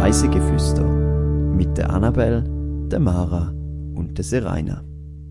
Reisegeflüster mit der Annabelle, der Mara und der Seraina.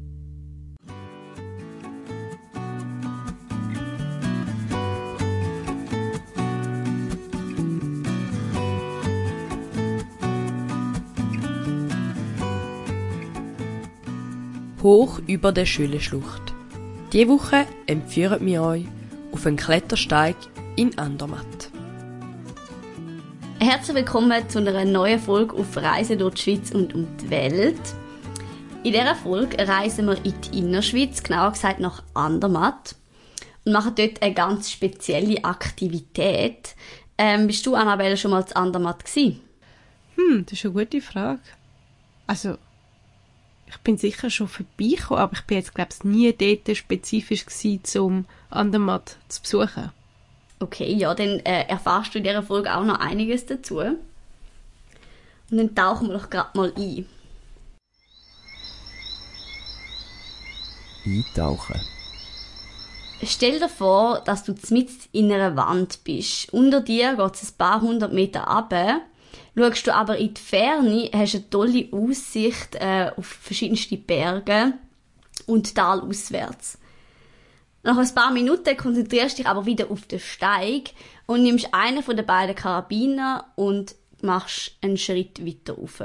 Hoch über der Schüleschlucht. Diese Woche entführen wir euch auf einen Klettersteig in Andermatt. Herzlich willkommen zu einer neuen Folge auf Reise durch die Schweiz und um die Welt. In dieser Folge reisen wir in die Innerschweiz, genauer gesagt nach Andermatt, und machen dort eine ganz spezielle Aktivität. Bist du, Annabelle, schon mal zu Andermatt gewesen? Das ist eine gute Frage. Also, ich bin sicher schon vorbeigekommen, aber ich bin jetzt, glaube ich, nie dort spezifisch gewesen, um Andermatt zu besuchen. Okay, ja, dann erfährst du in dieser Folge auch noch einiges dazu. Und dann tauchen wir doch gerade mal ein. Eintauchen. Stell dir vor, dass du mitten in einer Wand bist. Unter dir geht es ein paar hundert Meter runter. Schaust du aber in die Ferne, hast eine tolle Aussicht auf verschiedenste Berge und Tal auswärts. Nach ein paar Minuten konzentrierst du dich aber wieder auf den Steig und nimmst einen von den beiden Karabiner und machst einen Schritt weiter rauf.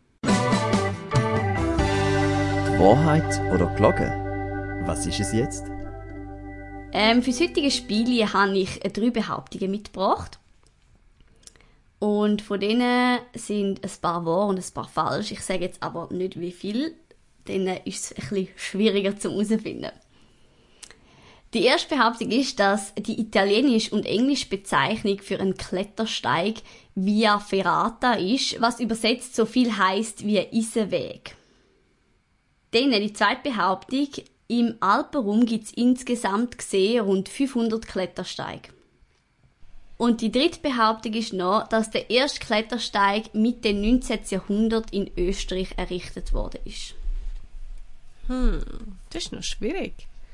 Wahrheit oder Glocke? Was ist es jetzt? Für das heutige Spiel habe ich 3 Behauptungen mitgebracht. Und von denen sind ein paar wahr und ein paar falsch. Ich sage jetzt aber nicht wie viel, dann ist es ein bisschen schwieriger zu herausfinden. Die erste Behauptung ist, dass die italienische und englische Bezeichnung für einen Klettersteig Via Ferrata ist, was übersetzt so viel heisst wie Eisenweg. Dann die zweite Behauptung: Im Alpenraum gibt es insgesamt gesehen rund 500 Klettersteige. Und die dritte Behauptung ist noch, dass der erste Klettersteig Mitte 19. Jahrhundert in Österreich errichtet worden ist. Das ist noch schwierig.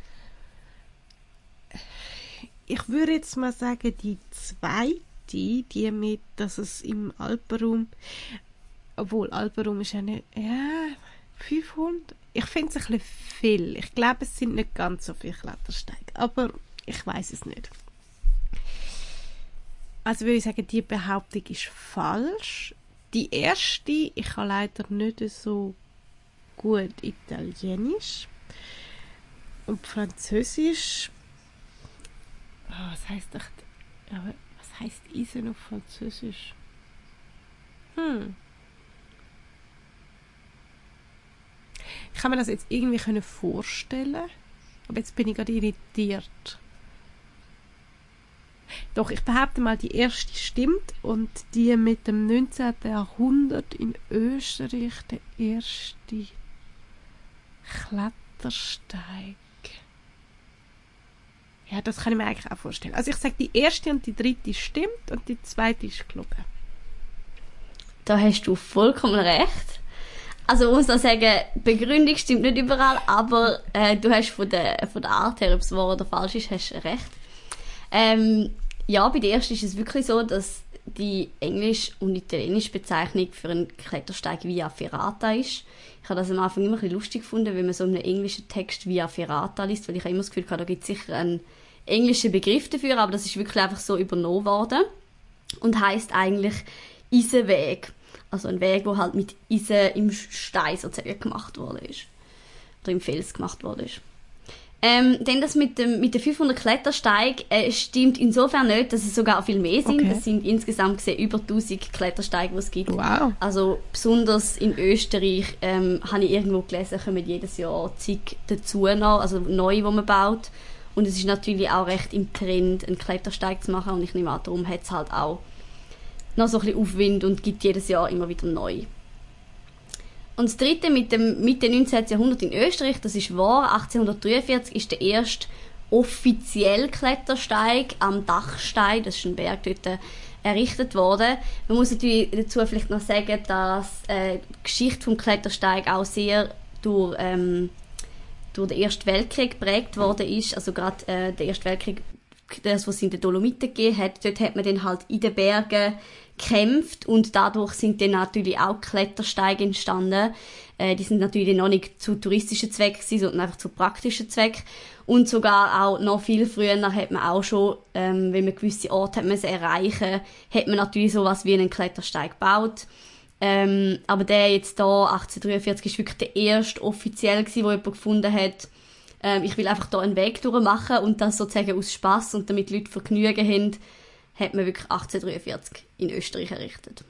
Ich würde jetzt mal sagen, die zweite, die mit, dass es im Alpenraum, obwohl Alpenraum ist ja nicht, 500, ich finde es ein bisschen viel. Ich glaube, es sind nicht ganz so viele Klettersteige, aber ich weiß es nicht. Also würde ich sagen, die Behauptung ist falsch. Die erste, ich kann leider nicht so gut Italienisch. Und Französisch, was heisst Eisen auf Französisch? Ich kann mir das jetzt irgendwie vorstellen, aber jetzt bin ich gerade irritiert. Doch, ich behaupte mal, die erste stimmt und die mit dem 19. Jahrhundert in Österreich, der erste Klettersteig. Ja, das kann ich mir eigentlich auch vorstellen. Also ich sage, die erste und die dritte stimmt und die zweite ist gelogen. Da hast du vollkommen recht. Also ich muss noch sagen, die Begründung stimmt nicht überall, aber du hast von der Art her, ob es wahr oder falsch ist, hast recht. Ja, bei der ersten ist es wirklich so, dass die englische und italienische Bezeichnung für einen Klettersteig Via Ferrata ist. Ich habe das am Anfang immer ein bisschen lustig gefunden, wenn man so einen englischen Text Via Ferrata liest, weil ich immer das Gefühl hatte, da gibt es sicher einen englischen Begriff dafür, aber das ist wirklich einfach so übernommen worden und heisst eigentlich Eisenweg. Also ein Weg, der halt mit Eisen im Stein sozusagen gemacht worden ist. Oder im Fels gemacht worden ist. Denn das mit den 500 Klettersteig stimmt insofern nicht, dass es sogar viel mehr sind. Okay. Es sind insgesamt gesehen über 1000 Klettersteige, die es gibt. Wow. Also besonders in Österreich habe ich irgendwo gelesen, kommen jedes Jahr zig dazu noch, also neue, die man baut. Und es ist natürlich auch recht im Trend, einen Klettersteig zu machen. Und ich nehme an, darum hat es halt auch noch so ein bisschen Aufwind und gibt jedes Jahr immer wieder neu. Und das dritte mit dem Mitte 19. Jahrhundert in Österreich, das ist wahr. 1843 ist der erste offizielle Klettersteig am Dachstein, das ist ein Berg dort, errichtet worden. Man muss natürlich dazu vielleicht noch sagen, dass die Geschichte vom Klettersteig auch sehr durch den Ersten Weltkrieg geprägt worden ist. Also gerade der Erste Weltkrieg das, was es in den Dolomiten gegeben hat. Dort hat man dann halt in den Bergen gekämpft und dadurch sind dann natürlich auch Klettersteige entstanden. Die sind natürlich dann noch nicht zu touristischen Zwecken, sondern einfach zu praktischen Zwecken. Und sogar auch noch viel früher hat man auch schon, wenn man gewisse Orte hat man erreichen, hat man natürlich sowas wie einen Klettersteig gebaut. Aber der jetzt da, 1843, ist wirklich der erste offiziell gewesen, wo jemand gefunden hat, ich will einfach da einen Weg durchmachen und das sozusagen aus Spass und damit die Leute Vergnügen haben, hat man wirklich 1843 in Österreich errichtet.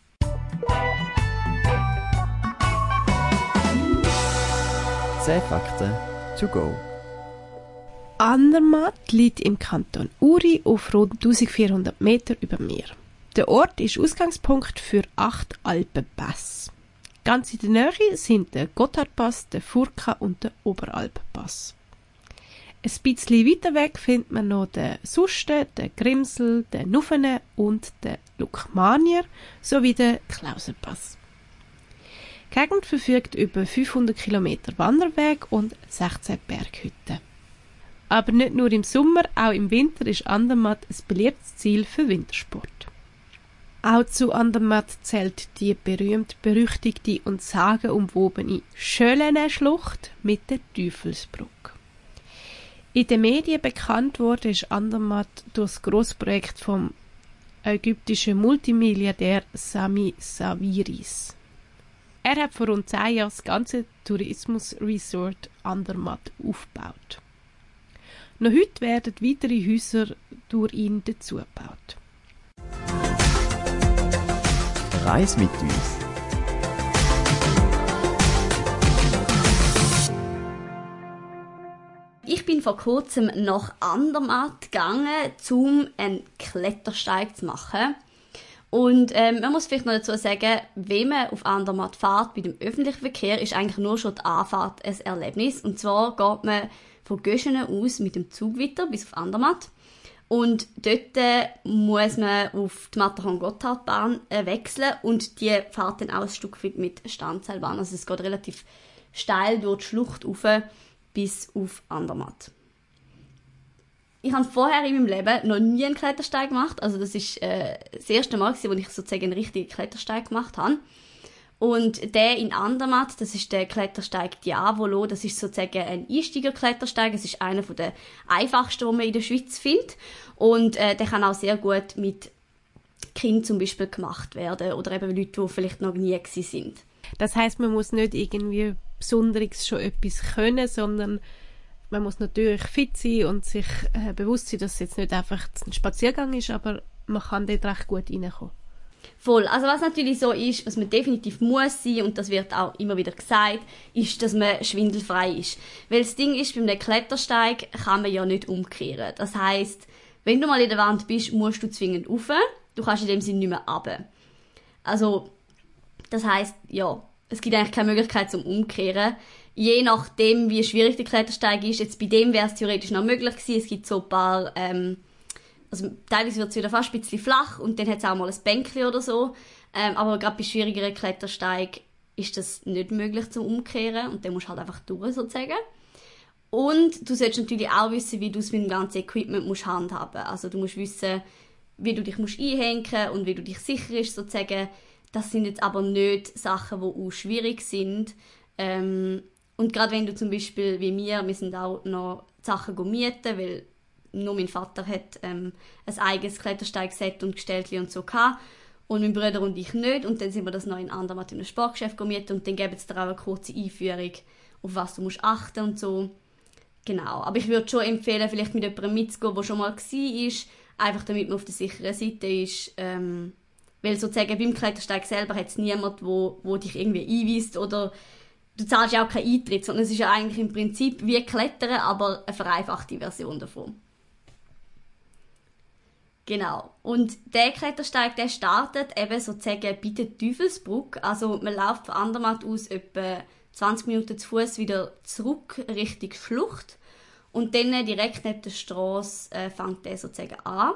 10 Fakten to go. Andermatt liegt im Kanton Uri auf rund 1400 Meter über dem Meer. Der Ort ist Ausgangspunkt für 8 Alpenpässe. Ganz in der Nähe sind der Gotthardpass, der Furka und der Oberalpenpass. Ein bisschen weiter weg findet man noch den Susten, den Grimsel, den Nuffene und den Lukmanier sowie den Klauserpass. Die Gegend verfügt über 500 Kilometer Wanderweg und 16 Berghütten. Aber nicht nur im Sommer, auch im Winter ist Andermatt ein beliebtes Ziel für Wintersport. Auch zu Andermatt zählt die berühmt-berüchtigte und sagenumwobene Schöllene-Schlucht mit der Teufelsbrücke. In den Medien bekannt wurde ist Andermatt durch das Grossprojekt vom ägyptischen Multimilliardär Sami Sawiris. Er hat vor rund 10 Jahren das ganze Tourismusresort Andermatt aufgebaut. Noch heute werden weitere Häuser durch ihn dazugebaut. Reis mit uns. Ich bin vor kurzem nach Andermatt gegangen, um einen Klettersteig zu machen. Und man muss vielleicht noch dazu sagen, wenn man auf Andermatt fährt, bei dem öffentlichen Verkehr, ist eigentlich nur schon die Anfahrt ein Erlebnis. Und zwar geht man von Göschenen aus mit dem Zug weiter bis auf Andermatt. Und dort muss man auf die Matterhorn-Gotthardbahn wechseln und die fährt dann auch ein Stück weit mit Standseilbahn. Also es geht relativ steil durch die Schlucht rauf bis auf Andermatt. Ich habe vorher in meinem Leben noch nie einen Klettersteig gemacht. Also das ist das erste Mal, wo ich sozusagen einen richtigen Klettersteig gemacht habe. Und der in Andermatt, das ist der Klettersteig Diavolo, das ist sozusagen ein Einsteiger-Klettersteig. Es ist einer der einfachsten, die man in der Schweiz findet. Und der kann auch sehr gut mit Kindern zum Beispiel gemacht werden oder eben Leute, die vielleicht noch nie gewesen sind. Das heisst, man muss nicht irgendwie besonderes schon etwas können, sondern man muss natürlich fit sein und sich bewusst sein, dass es jetzt nicht einfach ein Spaziergang ist, aber man kann dort recht gut reinkommen. Voll. Also was natürlich so ist, was man definitiv muss sein, und das wird auch immer wieder gesagt, ist, dass man schwindelfrei ist. Weil das Ding ist, bei einem Klettersteig kann man ja nicht umkehren. Das heisst, wenn du mal in der Wand bist, musst du zwingend rauf. Du kannst in dem Sinne nicht mehr runter. Also, das heisst, ja, es gibt eigentlich keine Möglichkeit zum Umkehren. Je nachdem, wie schwierig der Klettersteig ist, jetzt bei dem wäre es theoretisch noch möglich gewesen. Es gibt so ein paar, also teilweise wird es wieder fast ein bisschen flach und dann hat es auch mal ein Bänkchen oder so. Aber gerade bei schwierigeren Klettersteig ist das nicht möglich zum Umkehren und dann musst du halt einfach durch, sozusagen. Und du solltest natürlich auch wissen, wie du es mit dem ganzen Equipment musst handhaben. Also du musst wissen, wie du dich musst einhängen und wie du dich sicherst, sozusagen. Das sind jetzt aber nicht Sachen, die auch schwierig sind. Und gerade wenn du zum Beispiel, wie wir sind auch noch Sachen mieten, weil nur mein Vater hat ein eigenes Klettersteigset und Gestellchen und so gehabt. Und mein Bruder und ich nicht. Und dann sind wir das noch in Andermatt in einem Sportgeschäft mieten und dann geben sie dir auch eine kurze Einführung, auf was du musst achten und so. Genau. Aber ich würde schon empfehlen, vielleicht mit jemandem mitzugehen, der schon mal war, einfach damit man auf der sicheren Seite ist. Weil sozusagen beim Klettersteig selber hat es niemand, wo dich irgendwie einweist oder du zahlst ja auch keinen Eintritt, sondern es ist ja eigentlich im Prinzip wie Klettern, aber eine vereinfachte Version davon. Genau. Und der Klettersteig, der startet eben sozusagen bei der Teufelsbrücke. Also man läuft von Andermatt aus etwa 20 Minuten zu Fuß wieder zurück Richtung Schlucht. Und dann direkt neben der Strasse fängt der sozusagen an.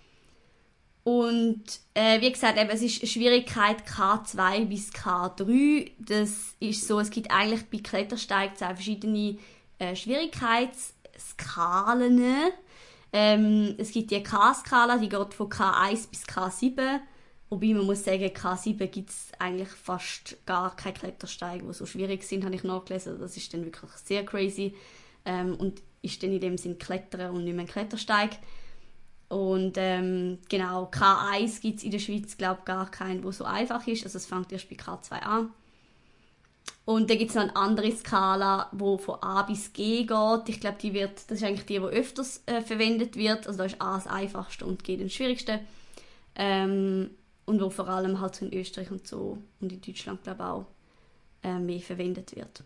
Und wie gesagt, eben, es ist Schwierigkeit K2 bis K3. Das ist so, es gibt eigentlich bei Klettersteig 2 verschiedene Schwierigkeitsskalen. Es gibt die K-Skala, die geht von K1 bis K7. Wobei man muss sagen, K7 gibt es eigentlich fast gar keine Klettersteige, die so schwierig sind, habe ich nachgelesen. Das ist dann wirklich sehr crazy. Und ist dann in dem Sinn Klettern und nicht mehr ein Klettersteig. Und genau, K1 gibt es in der Schweiz, glaube ich, gar keinen, der so einfach ist. Also es fängt erst bei K2 an. Und dann gibt es noch eine andere Skala, die von A bis G geht. Ich glaube, das ist eigentlich die öfters verwendet wird. Also da ist A das einfachste und G das schwierigste. Und wo vor allem halt so in Österreich und so und in Deutschland, glaube ich, auch mehr verwendet wird.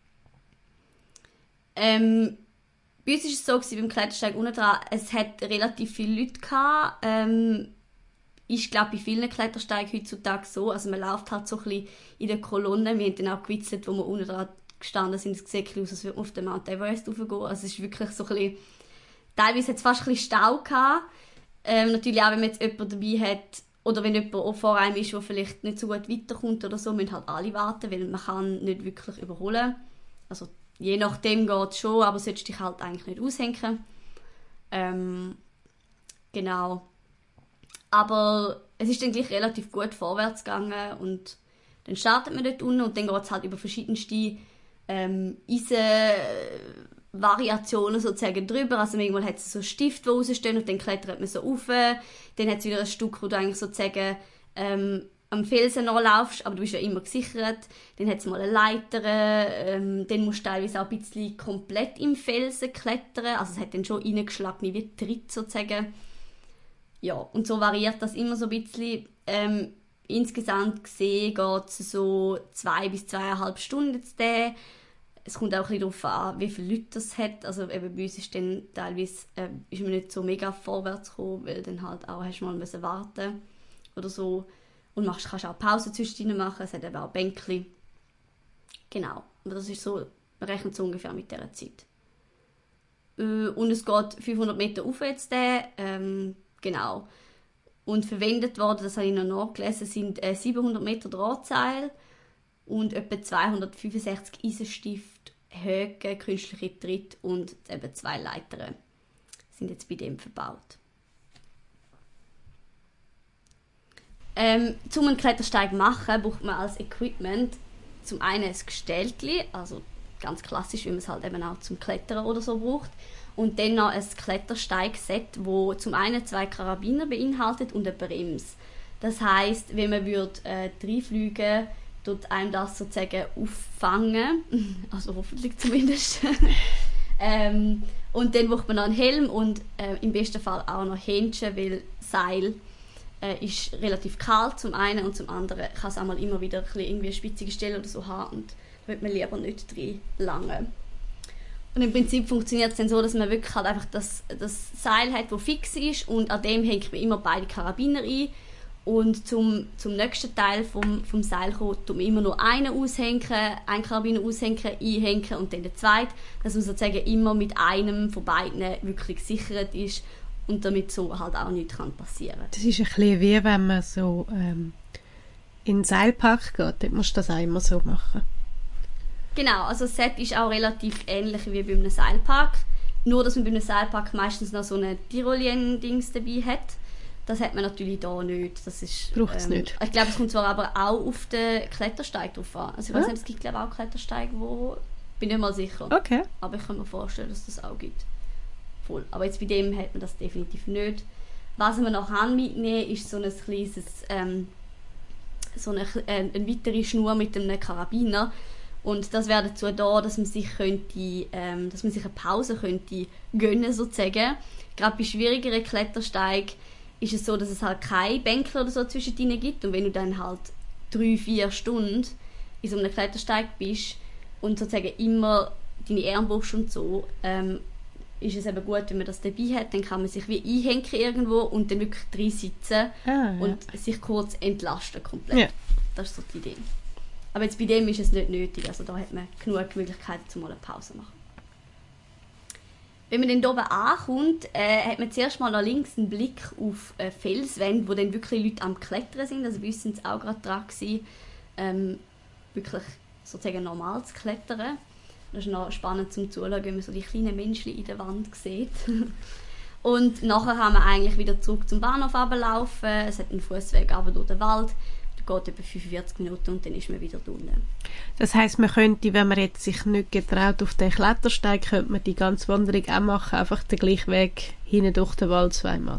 Bei uns war es so, beim Klettersteig unten dran, es hat relativ viele Leute gehabt. Ist, glaube ich, bei vielen Klettersteigen heutzutage so. Also man läuft halt so ein bisschen in der Kolonne. Wir haben dann auch gewitzelt, wo wir unten dran gestanden sind. Es sieht aus, als würde man auf den Mount Everest raufgehen. Also es ist wirklich so ein bisschen... Teilweise hat es fast ein bisschen Stau gehabt. Natürlich auch, wenn man jetzt jemanden dabei hat, oder wenn jemand auch vor einem ist, der vielleicht nicht so gut weiterkommt oder so, müssen halt alle warten, weil man kann nicht wirklich überholen. Also je nachdem geht es schon, aber solltest dich halt eigentlich nicht aushängen. Genau. Aber es ist dann gleich relativ gut vorwärts gegangen und dann startet man dort unten und dann geht es halt über verschiedenste Variationen sozusagen drüber. Also manchmal hat es so einen Stift, der rausstehen und dann klettert man so rauf. Dann hat es wieder ein Stück, wo du eigentlich sozusagen am Felsen nachlaufst, aber du bist ja immer gesichert. Dann hat es mal eine Leiter. Dann musst du teilweise auch ein bisschen komplett im Felsen klettern. Also es hat dann schon reingeschlagen wie Tritt sozusagen. Ja, und so variiert das immer so ein bisschen. Insgesamt gesehen geht es so 2 bis 2,5 Stunden zu dem. Es kommt auch ein bisschen darauf an, wie viele Leute das hat. Also eben bei uns ist dann teilweise ist man nicht so mega vorwärts gekommen, weil dann halt auch hast du mal müssen warten oder so. Und kannst auch Pause zwischendrin machen. Es hat eben auch Bänkchen. Genau. Aber das ist so, man rechnet so ungefähr mit dieser Zeit. Und es geht 500 Meter auf jetzt. Genau. Und verwendet worden, das habe ich noch nachgelesen, sind 700 Meter Drahtseil und etwa 265 Eisenstifte, Höcke, künstliche Tritt und eben 2 Leitern sind jetzt bei dem verbaut. Um einen Klettersteig zu machen, braucht man als Equipment zum einen ein Gestelltchen, also ganz klassisch, wie man es halt eben auch zum Klettern oder so braucht. Und dann noch ein Klettersteigset, das zum einen 2 Karabiner beinhaltet und eine Bremse. Das heisst, wenn man reinfliegen, tut einem das sozusagen auffangen. Also hoffentlich zumindest. Und dann braucht man noch einen Helm und im besten Fall auch noch Händchen, weil Seil ist relativ kalt zum einen und zum anderen kann es auch mal immer wieder irgendwie eine spitzige Stelle oder so haben und da wird man lieber nicht drin langen. Und im Prinzip funktioniert es dann so, dass man wirklich halt einfach das Seil hat, das fix ist und an dem hängt man immer beide Karabiner ein. Und zum nächsten Teil vom Seil kommt man immer nur einen aushängen, einen Karabiner aushängen, einhängen und dann den zweiten, dass man sozusagen immer mit einem von beiden wirklich gesichert ist und damit so halt auch nichts passieren kann. Das ist ein bisschen wie wenn man so in den Seilpark geht, dann musst du das auch immer so machen. Genau, also das Set ist auch relativ ähnlich wie bei einem Seilpark. Nur, dass man bei einem Seilpark meistens noch so eine Tyrolien-Dings dabei hat. Das hat man natürlich hier nicht. Das ist, braucht es nicht. Ich glaube, es kommt zwar aber auch auf den Klettersteig drauf an. Also ich weiß nicht, es gibt glaube ich auch Klettersteige, wo... Bin nicht mal sicher. Okay. Aber ich kann mir vorstellen, dass das auch gibt. Voll. Aber jetzt bei dem hat man das definitiv nicht. Was man noch mitnehmen kann, ist so ein kleines... eine weitere Schnur mit einem Karabiner. Und das wäre dazu da, dass man sich eine Pause könnte gönnen sozusagen. Gerade bei schwierigeren Klettersteigen ist es so, dass es halt keine Bänke oder so zwischendrin gibt. Und wenn du dann halt 3-4 Stunden in so einem Klettersteig bist und sozusagen immer deine Arme brauchst und so, ist es eben gut, wenn man das dabei hat. Dann kann man sich wie einhängen irgendwo und dann wirklich drin sitzen und sich kurz entlasten komplett. Ja. Das ist so die Idee. Aber jetzt bei dem ist es nicht nötig, also da hat man genug Möglichkeiten, zum mal eine Pause zu machen. Wenn man dann hier oben ankommt, hat man zuerst mal nach links einen Blick auf Felswände, wo dann wirklich Leute am Klettern sind, also bei uns sind es auch gerade dran gewesen, wirklich sozusagen normal zu klettern. Das ist noch spannend zum Zuschauen, wenn man so die kleinen Menschen in der Wand sieht. Und nachher kann man eigentlich wieder zurück zum Bahnhof runterlaufen. Es hat einen Fußweg runter durch den Wald. Der geht etwa 45 Minuten und dann ist man wieder unten. Das heisst, man könnte, wenn man jetzt sich nicht getraut auf den Klettersteig, könnte man die ganze Wanderung auch machen, einfach den gleichen Weg hinten durch den Wald zweimal.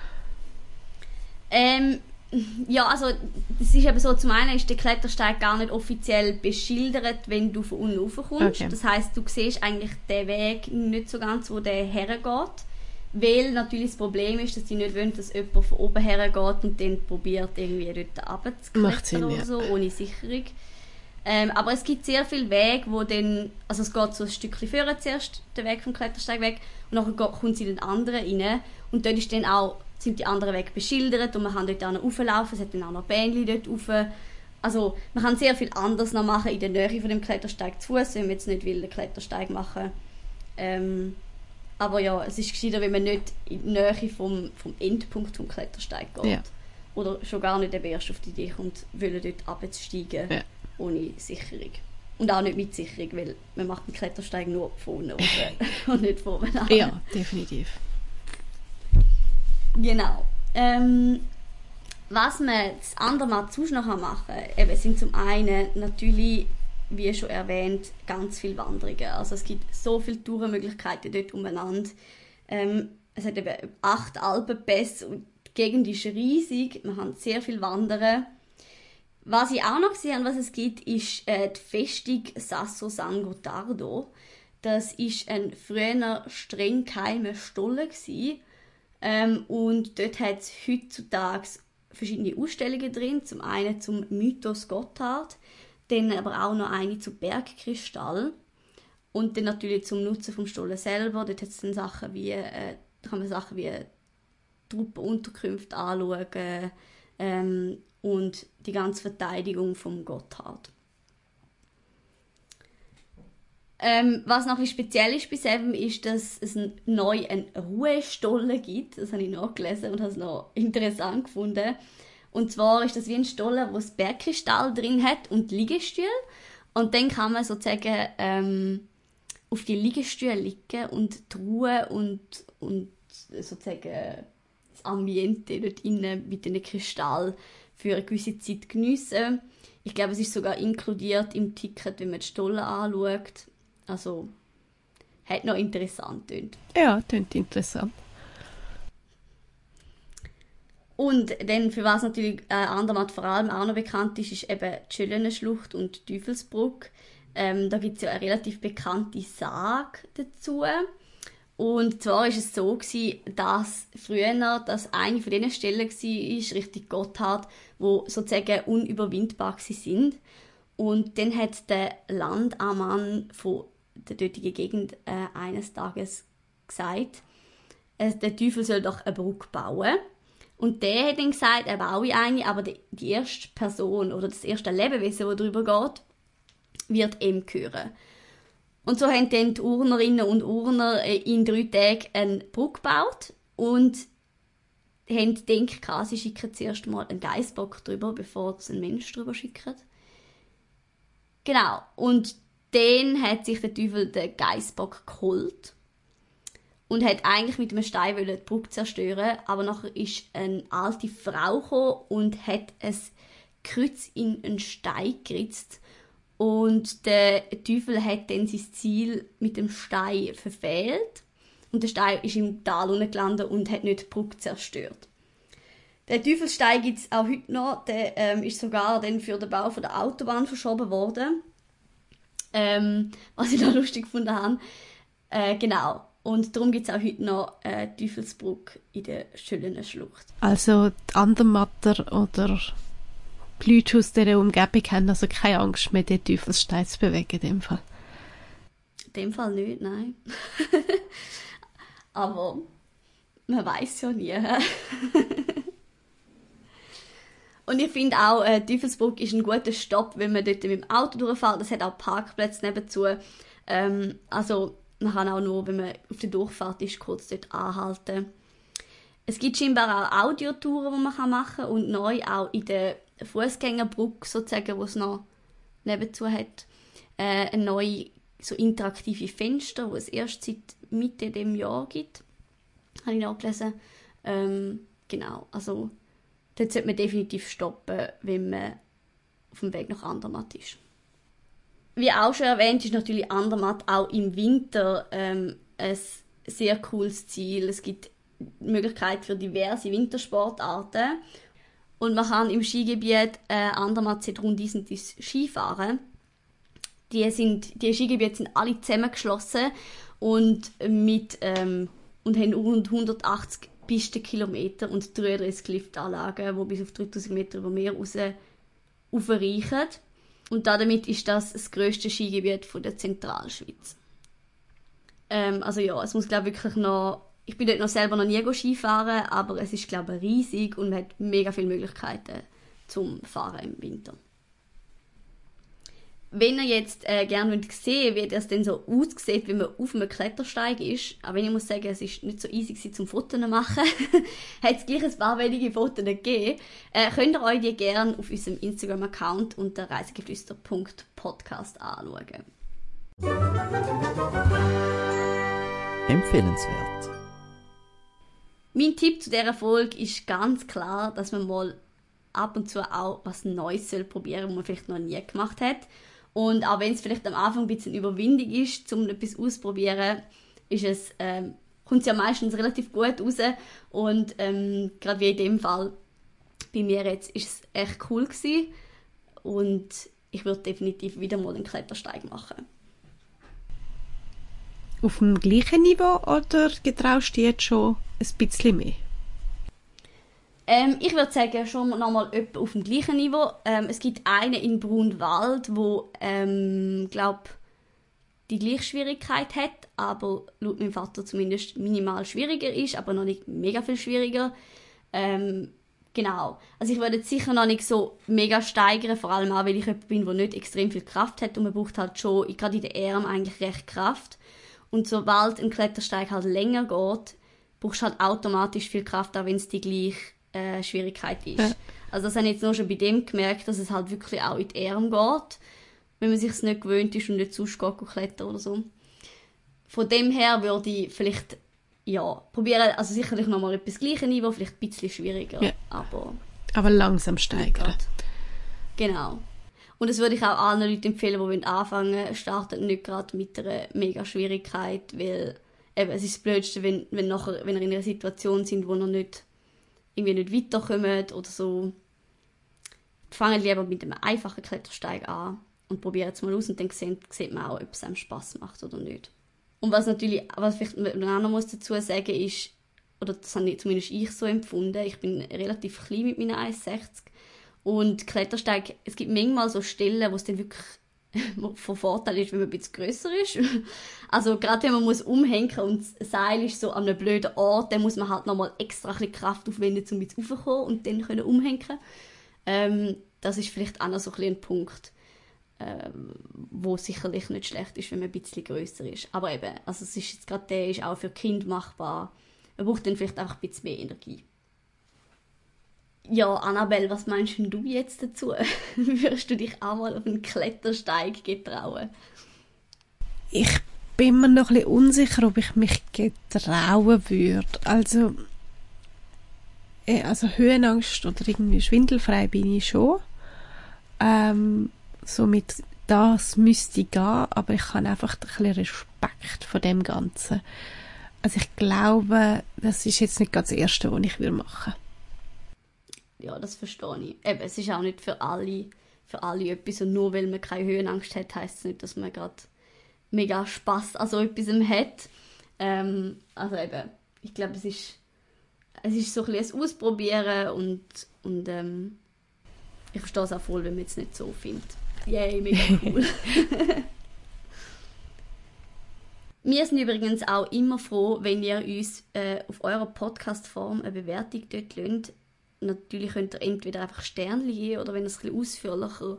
Ja, also das ist eben so, zum einen ist der Klettersteig gar nicht offiziell beschildert, wenn du von unten raufkommst. Okay. Das heisst, du siehst eigentlich den Weg nicht so ganz, wo der hergeht. Weil natürlich das Problem ist, dass sie nicht wollen, dass jemand von oben hergeht und dann probiert, irgendwie dort runterzuklettern oder so, ohne Sicherung. Aber es gibt sehr viele Wege, wo dann, also es geht so ein Stückchen vorher zuerst, der Weg vom Klettersteig weg, und nachher kommt sie in den anderen rein. Und dort ist dann auch, sind die anderen Wege beschildert und man kann dort auch noch rauflaufen, es hat dann auch noch Bähnchen dort rauf. Also man kann sehr viel anders noch machen in der Nähe von dem Klettersteig zu Fuß, wenn man jetzt nicht will, den Klettersteig machen. Aber ja, es ist gescheiter, wenn man nicht in die Nähe vom Endpunkt vom Klettersteig geht. Ja. Oder schon gar nicht erst auf die Idee kommt, dort runterzusteigen, ohne Sicherung. Und auch nicht mit Sicherung, weil man macht den Klettersteig nur von unten und nicht von oben an. Ja, definitiv. Genau. Was man das andere Mal sonst noch machen kann, sind zum einen natürlich, wie schon erwähnt, ganz viele Wanderungen. Also es gibt so viele Tourenmöglichkeiten dort umeinander. Es hat eben 8 Alpenpässe und die Gegend ist riesig. Man kann sehr viel wandern. Was ich auch noch gesehen habe, was es gibt, ist die Festung Sasso San Gottardo. Das ist ein früher streng geheimer Stollen gewesen. Und dort hat es heutzutage verschiedene Ausstellungen drin. Zum einen zum Mythos Gotthard, dann aber auch noch eine zu Bergkristall und dann natürlich zum Nutzen vom Stollen selber. Dort hat es dann Sachen wie, kann man Sachen wie Truppenunterkünfte anschauen und die ganze Verteidigung vom Gotthard. Was noch ein bisschen speziell ist bei Seven, ist, dass es neu einen Ruhestollen gibt. Das habe ich nachgelesen und habe es noch interessant gefunden. Und zwar ist das wie ein Stollen, wo das Bergkristall drin hat und Liegestühle. Und dann kann man sozusagen auf die Liegestühle liegen und die Ruhe und sozusagen das Ambiente dort innen mit den Kristall für eine gewisse Zeit geniessen. Ich glaube, es ist sogar inkludiert im Ticket, wenn man die Stollen anschaut. Also, hat noch interessant tönt. Ja, tönt interessant. Und dann, für was natürlich Andermatt vor allem auch noch bekannt ist, ist eben die Schöllenenschlucht und die Teufelsbrücke. Da gibt es ja eine relativ bekannte Sage dazu. Und zwar ist es so gewesen, dass früher das eine von diesen Stellen war, Richtung Gotthard, wo sozusagen unüberwindbar sind. Und dann hat der Landammann von der dortigen Gegend eines Tages gesagt, der Teufel soll doch eine Brücke bauen. Und der hat dann gesagt, er baue eine, aber die erste Person oder das erste Lebewesen, das darüber geht, wird ihm gehören. Und so haben dann die Urnerinnen und Urner in 3 Tagen eine Brücke gebaut und haben gedacht, sie schicken zuerst mal einen Geissbock drüber, bevor sie einen Mensch drüber schicken. Genau, und dann hat sich der Teufel den Geissbock geholt und hat eigentlich mit einem Stein die Brücke zerstören, aber nachher ist eine alte Frau gekommen und hat ein Kreuz in einen Stein geritzt. Und der Teufel hat dann sein Ziel mit dem Stein verfehlt. Und der Stein ist im Tal unten gelandet und hat nicht die Brücke zerstört. Der Teufelsstein gibt es auch heute noch. Der ist sogar dann für den Bau von der Autobahn verschoben worden. Was ich da lustig gefunden habe. Genau. Und darum gibt es auch heute noch Teufelsbrücke in der Schöllenenschlucht. Also die Andermatter oder die Leute aus dieser Umgebung haben also keine Angst mehr, den Teufelsstein zu bewegen in dem Fall? In dem Fall nicht, nein. Aber man weiß ja nie. Und ich finde auch, Teufelsbrück ist ein guter Stopp, wenn man dort mit dem Auto durchfährt. Es hat auch Parkplätze nebenzu. Also man kann auch nur, wenn man auf der Durchfahrt ist, kurz dort anhalten. Es gibt scheinbar auch Audiotouren, die man machen kann. Und neu auch in der Fußgängerbrücke, sozusagen, wo es noch nebenzu hat, eine neue so interaktive Fenster, die es erst seit Mitte dem Jahr gibt. habe ich nachgelesen. Genau, also dort sollte man definitiv stoppen, wenn man auf dem Weg nach Andermatt ist. Wie auch schon erwähnt, ist natürlich Andermatt auch im Winter ein sehr cooles Ziel. Es gibt Möglichkeiten für diverse Wintersportarten. Und man kann im Skigebiet Andermatt Rundisendis Skifahren. Die Skigebiete sind alle zusammengeschlossen und haben rund 180 Pistenkilometer und 33 Liftanlagen, die bis auf 3000 Meter über Meer raufreichen. Und damit ist das grösste Skigebiet der Zentralschweiz. Also ja, es muss glaube ich wirklich noch... Ich bin dort noch selber noch nie Skifahren, aber es ist glaube ich riesig und man hat mega viele Möglichkeiten zum Fahren im Winter. Wenn ihr jetzt gerne sehen wollt, wie das denn so aussieht, wenn man auf einem Klettersteig ist, aber wenn ich muss sagen, es ist nicht so easy zum Fotos machen, hat es gleich ein paar wenige Fotos gegeben, könnt ihr euch die gerne auf unserem Instagram-Account unter reisegeflüster.podcast anschauen. Empfehlenswert. Mein Tipp zu dieser Folge ist ganz klar, dass man mal ab und zu auch was Neues probieren soll, was man vielleicht noch nie gemacht hat. Und auch wenn es vielleicht am Anfang ein bisschen Überwindung ist, um etwas auszuprobieren, kommt es ja meistens relativ gut raus. Und gerade wie in dem Fall bei mir jetzt ist es echt cool gewesen. Und ich würde definitiv wieder mal einen Klettersteig machen. Auf dem gleichen Niveau oder getraust du dir jetzt schon ein bisschen mehr? Ich würde sagen, schon nochmal etwa auf dem gleichen Niveau. Es gibt einen in Brunwald, wo, glaube die gleiche Schwierigkeit hat, aber laut meinem Vater zumindest minimal schwieriger ist, aber noch nicht mega viel schwieriger. Genau. Also ich würde jetzt sicher noch nicht so mega steigern, vor allem auch, weil ich jemand bin, der nicht extrem viel Kraft hat und man braucht halt schon, gerade in den Armen eigentlich recht Kraft. Und sobald ein Klettersteig halt länger geht, brauchst du halt automatisch viel Kraft, auch wenn es die gleiche Schwierigkeit ist. Ja. Also das habe ich jetzt nur schon bei dem gemerkt, dass es halt wirklich auch in die Arme geht, wenn man sich es nicht gewöhnt ist und nicht sonst geht klettern oder so. Von dem her würde ich vielleicht probieren, also sicherlich nochmal etwas gleiches Niveau, vielleicht ein bisschen schwieriger, ja. aber langsam steigern. Genau. Und das würde ich auch allen Leuten empfehlen, die anfangen, startet nicht gerade mit einer mega Schwierigkeit, weil eben, es ist das Blödste, wenn ihr in einer Situation sind, wo ihr nicht weiterkommt oder so. Fangt lieber mit einem einfachen Klettersteig an und probiert es mal aus und dann sieht man auch, ob es einem Spass macht oder nicht. Und was vielleicht auch noch dazu sagen ist, oder das habe zumindest ich so empfunden, ich bin relativ klein mit meinen 1,60 und Klettersteig, es gibt manchmal so Stellen, wo es dann wirklich von Vorteil ist, wenn man ein bisschen grösser ist. Also gerade wenn man muss umhängen und das Seil ist so an einem blöden Ort, dann muss man halt nochmal extra ein bisschen Kraft aufwenden, um jetzt raufzukommen und dann können umhängen. Das ist vielleicht auch noch so ein bisschen ein Punkt, wo sicherlich nicht schlecht ist, wenn man ein bisschen grösser ist. Aber eben, also es ist jetzt gerade der ist auch für Kinder machbar. Man braucht dann vielleicht auch ein bisschen mehr Energie. Ja, Annabelle, was meinst du jetzt dazu? Würdest du dich auch mal auf einen Klettersteig getrauen? Ich bin mir noch ein bisschen unsicher, ob ich mich getrauen würde. Also Höhenangst oder irgendwie schwindelfrei bin ich schon. Somit das müsste gehen, aber ich habe einfach ein bisschen Respekt vor dem Ganzen. Also ich glaube, das ist jetzt nicht ganz das Erste, was ich machen würde. Ja, das verstehe ich. Eben, es ist auch nicht für alle etwas und nur weil man keine Höhenangst hat, heisst es nicht, dass man gerade mega Spass an so etwas hat. Also eben, ich glaube, es ist so ein bisschen ein Ausprobieren und ich verstehe es auch voll, wenn man es nicht so findet. Yay, mega cool. Wir sind übrigens auch immer froh, wenn ihr uns auf eurer Podcast-Form eine Bewertung dort lasst. Natürlich könnt ihr entweder einfach Sternchen geben oder wenn ihr es ein bisschen ausführlicher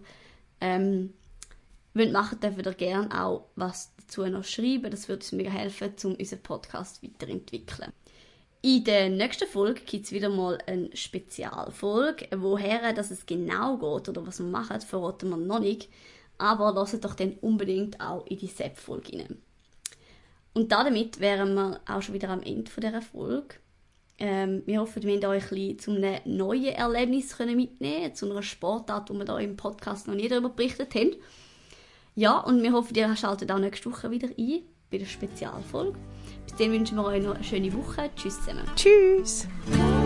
wollt machen, dürft ihr gerne auch was dazu noch schreiben. Das würde uns mega helfen, um unseren Podcast weiterzuentwickeln. In der nächsten Folge gibt es wieder mal eine Spezialfolge. Woher dass es genau geht oder was wir machen, verraten wir noch nicht. Aber lasst doch dann unbedingt auch in die Sepp-Folge rein. Und damit wären wir auch schon wieder am Ende dieser Folge. Wir hoffen, wir haben euch ein bisschen zu einem neuen Erlebnis mitnehmen, zu einer Sportart, die wir hier im Podcast noch nie darüber berichtet haben. Ja, und wir hoffen, ihr schaltet auch nächste Woche wieder ein bei der Spezialfolge. Bis dann wünschen wir euch noch eine schöne Woche. Tschüss zusammen. Tschüss!